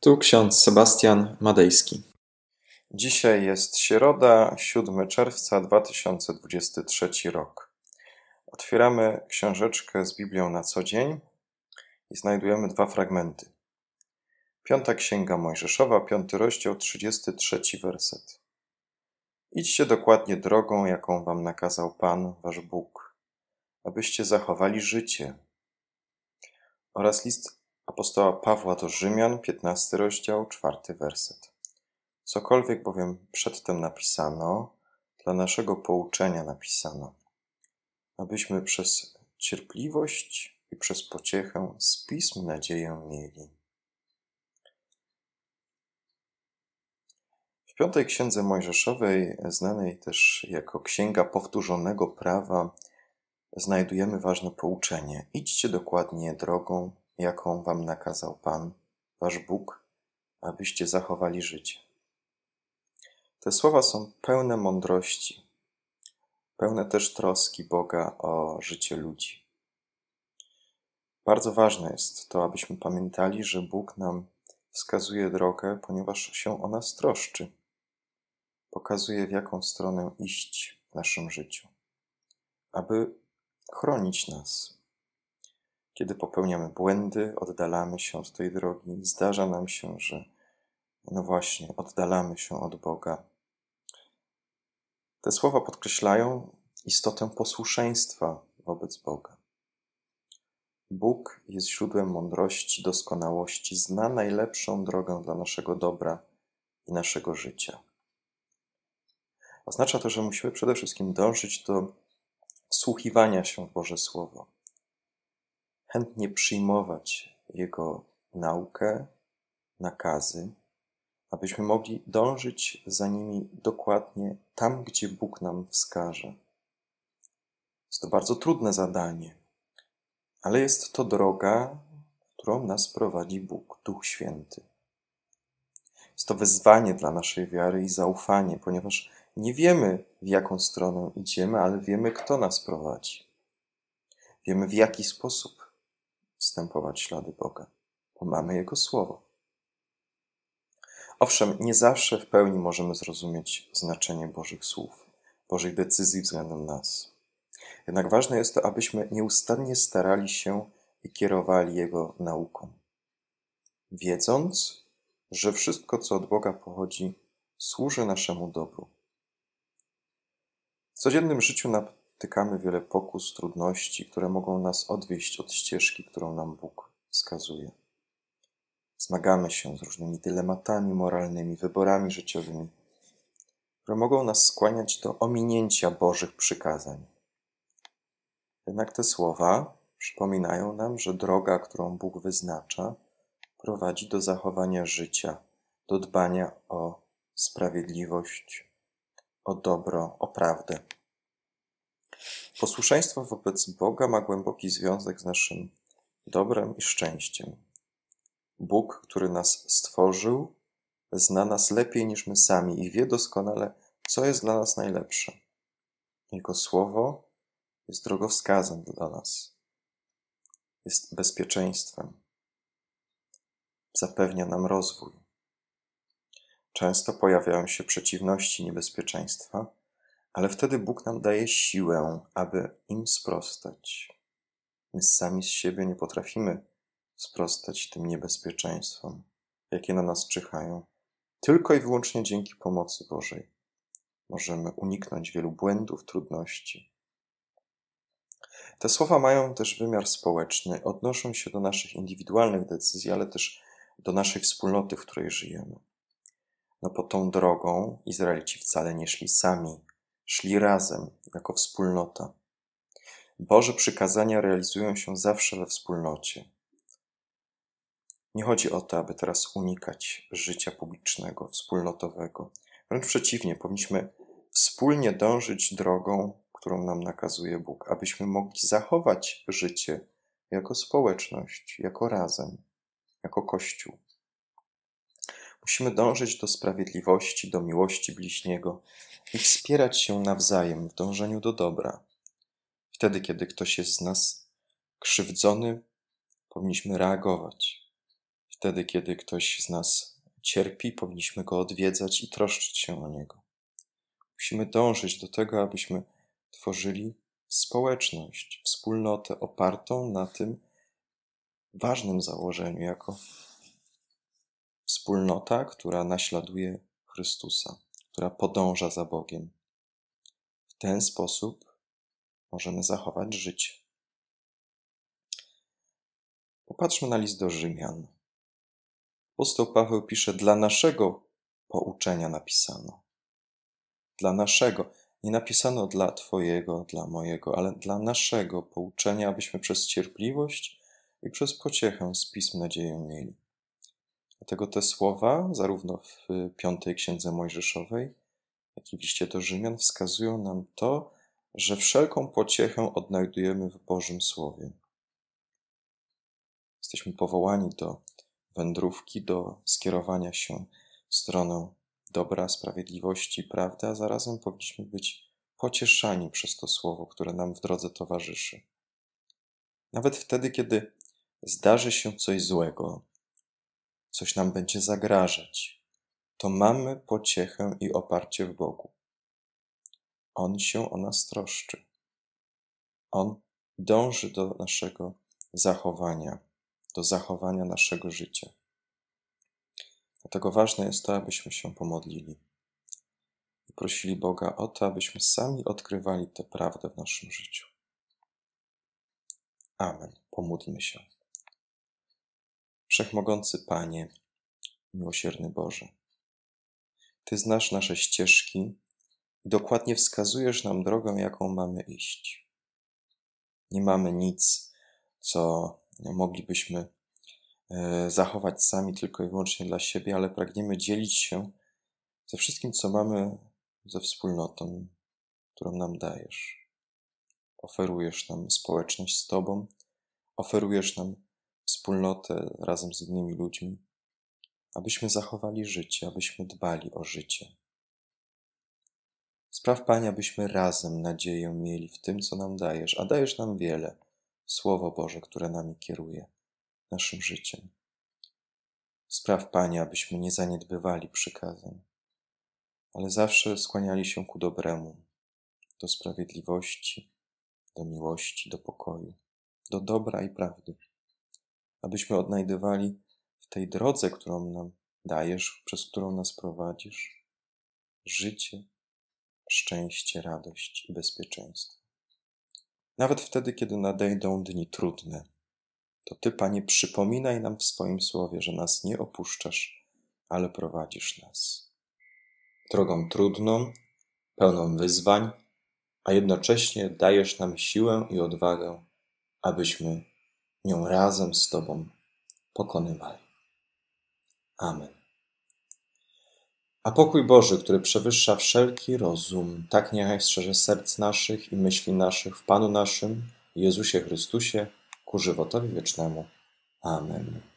Tu ksiądz Sebastian Madejski. Dzisiaj jest środa, 7 czerwca 2023 rok. Otwieramy książeczkę z Biblią na co dzień i znajdujemy dwa fragmenty. Piąta Księga Mojżeszowa, 5 rozdział, 33 werset. Idźcie dokładnie drogą, jaką wam nakazał Pan, wasz Bóg, abyście zachowali życie. Oraz list apostoła Pawła do Rzymian, 15 rozdział, 4 werset. Cokolwiek bowiem przedtem napisano, dla naszego pouczenia napisano, abyśmy przez cierpliwość i przez pociechę z Pism nadzieję mieli. W Piątej Księdze Mojżeszowej, znanej też jako Księga Powtórzonego Prawa, znajdujemy ważne pouczenie. Idźcie dokładnie drogą, jaką wam nakazał Pan, wasz Bóg, abyście zachowali życie. Te słowa są pełne mądrości, pełne też troski Boga o życie ludzi. Bardzo ważne jest to, abyśmy pamiętali, że Bóg nam wskazuje drogę, ponieważ się o nas troszczy. Pokazuje, w jaką stronę iść w naszym życiu, aby chronić nas. Kiedy popełniamy błędy, oddalamy się od tej drogi, zdarza nam się, że oddalamy się od Boga. Te słowa podkreślają istotę posłuszeństwa wobec Boga. Bóg jest źródłem mądrości, doskonałości, zna najlepszą drogę dla naszego dobra i naszego życia. Oznacza to, że musimy przede wszystkim dążyć do wsłuchiwania się w Boże Słowo, chętnie przyjmować Jego naukę, nakazy, abyśmy mogli dążyć za nimi dokładnie tam, gdzie Bóg nam wskaże. Jest to bardzo trudne zadanie, ale jest to droga, którą nas prowadzi Bóg, Duch Święty. Jest to wezwanie dla naszej wiary i zaufanie, ponieważ nie wiemy, w jaką stronę idziemy, ale wiemy, kto nas prowadzi. Wiemy, w jaki sposób wstępować w ślady Boga, bo mamy Jego Słowo. Owszem, nie zawsze w pełni możemy zrozumieć znaczenie Bożych słów, Bożej decyzji względem nas. Jednak ważne jest to, abyśmy nieustannie starali się i kierowali Jego nauką, wiedząc, że wszystko, co od Boga pochodzi, służy naszemu dobru. W codziennym życiu natykamy wiele pokus, trudności, które mogą nas odwieść od ścieżki, którą nam Bóg wskazuje. Zmagamy się z różnymi dylematami moralnymi, wyborami życiowymi, które mogą nas skłaniać do ominięcia Bożych przykazań. Jednak te słowa przypominają nam, że droga, którą Bóg wyznacza, prowadzi do zachowania życia, do dbania o sprawiedliwość, o dobro, o prawdę. Posłuszeństwo wobec Boga ma głęboki związek z naszym dobrem i szczęściem. Bóg, który nas stworzył, zna nas lepiej niż my sami i wie doskonale, co jest dla nas najlepsze. Jego Słowo jest drogowskazem dla nas. Jest bezpieczeństwem. Zapewnia nam rozwój. Często pojawiają się przeciwności niebezpieczeństwa, ale wtedy Bóg nam daje siłę, aby im sprostać. My sami z siebie nie potrafimy sprostać tym niebezpieczeństwom, jakie na nas czyhają. Tylko i wyłącznie dzięki pomocy Bożej możemy uniknąć wielu błędów, trudności. Te słowa mają też wymiar społeczny, odnoszą się do naszych indywidualnych decyzji, ale też do naszej wspólnoty, w której żyjemy. Pod tą drogą Izraelici wcale nie szli sami, szli razem, jako wspólnota. Boże przykazania realizują się zawsze we wspólnocie. Nie chodzi o to, aby teraz unikać życia publicznego, wspólnotowego. Wręcz przeciwnie, powinniśmy wspólnie dążyć drogą, którą nam nakazuje Bóg, abyśmy mogli zachować życie jako społeczność, jako razem, jako Kościół. Musimy dążyć do sprawiedliwości, do miłości bliźniego i wspierać się nawzajem w dążeniu do dobra. Wtedy, kiedy ktoś jest z nas krzywdzony, powinniśmy reagować. Wtedy, kiedy ktoś z nas cierpi, powinniśmy go odwiedzać i troszczyć się o niego. Musimy dążyć do tego, abyśmy tworzyli społeczność, wspólnotę opartą na tym ważnym założeniu, jako wspólnota, która naśladuje Chrystusa, która podąża za Bogiem. W ten sposób możemy zachować życie. Popatrzmy na list do Rzymian. Apostoł Paweł pisze: dla naszego pouczenia napisano. Dla naszego. Nie napisano dla Twojego, dla mojego, ale dla naszego pouczenia, abyśmy przez cierpliwość i przez pociechę z Pism nadzieję mieli. Dlatego te słowa, zarówno w 5 Księdze Mojżeszowej, jak i w liście do Rzymian, wskazują nam to, że wszelką pociechę odnajdujemy w Bożym Słowie. Jesteśmy powołani do wędrówki, do skierowania się w stronę dobra, sprawiedliwości, prawdy, a zarazem powinniśmy być pocieszani przez to Słowo, które nam w drodze towarzyszy. Nawet wtedy, kiedy zdarzy się coś złego, coś nam będzie zagrażać, to mamy pociechę i oparcie w Bogu. On się o nas troszczy. On dąży do naszego zachowania, do zachowania naszego życia. Dlatego ważne jest to, abyśmy się pomodlili i prosili Boga o to, abyśmy sami odkrywali tę prawdę w naszym życiu. Amen. Pomódlmy się. Wszechmogący Panie, miłosierny Boże, Ty znasz nasze ścieżki i dokładnie wskazujesz nam drogę, jaką mamy iść. Nie mamy nic, co moglibyśmy zachować sami tylko i wyłącznie dla siebie, ale pragniemy dzielić się ze wszystkim, co mamy, ze wspólnotą, którą nam dajesz. Oferujesz nam społeczność z Tobą, oferujesz nam wspólnotę razem z innymi ludźmi, abyśmy zachowali życie, abyśmy dbali o życie. Spraw, Panie, abyśmy razem nadzieję mieli w tym, co nam dajesz, a dajesz nam wiele, Słowo Boże, które nami kieruje naszym życiem. Spraw, Panie, abyśmy nie zaniedbywali przykazań, ale zawsze skłaniali się ku dobremu, do sprawiedliwości, do miłości, do pokoju, do dobra i prawdy, abyśmy odnajdywali w tej drodze, którą nam dajesz, przez którą nas prowadzisz, życie, szczęście, radość i bezpieczeństwo. Nawet wtedy, kiedy nadejdą dni trudne, to Ty, Panie, przypominaj nam w swoim Słowie, że nas nie opuszczasz, ale prowadzisz nas drogą trudną, pełną wyzwań, a jednocześnie dajesz nam siłę i odwagę, abyśmy nią razem z Tobą pokonywali. Amen. A pokój Boży, który przewyższa wszelki rozum, tak niechaj strzeże serc naszych i myśli naszych w Panu naszym, Jezusie Chrystusie, ku żywotowi wiecznemu. Amen.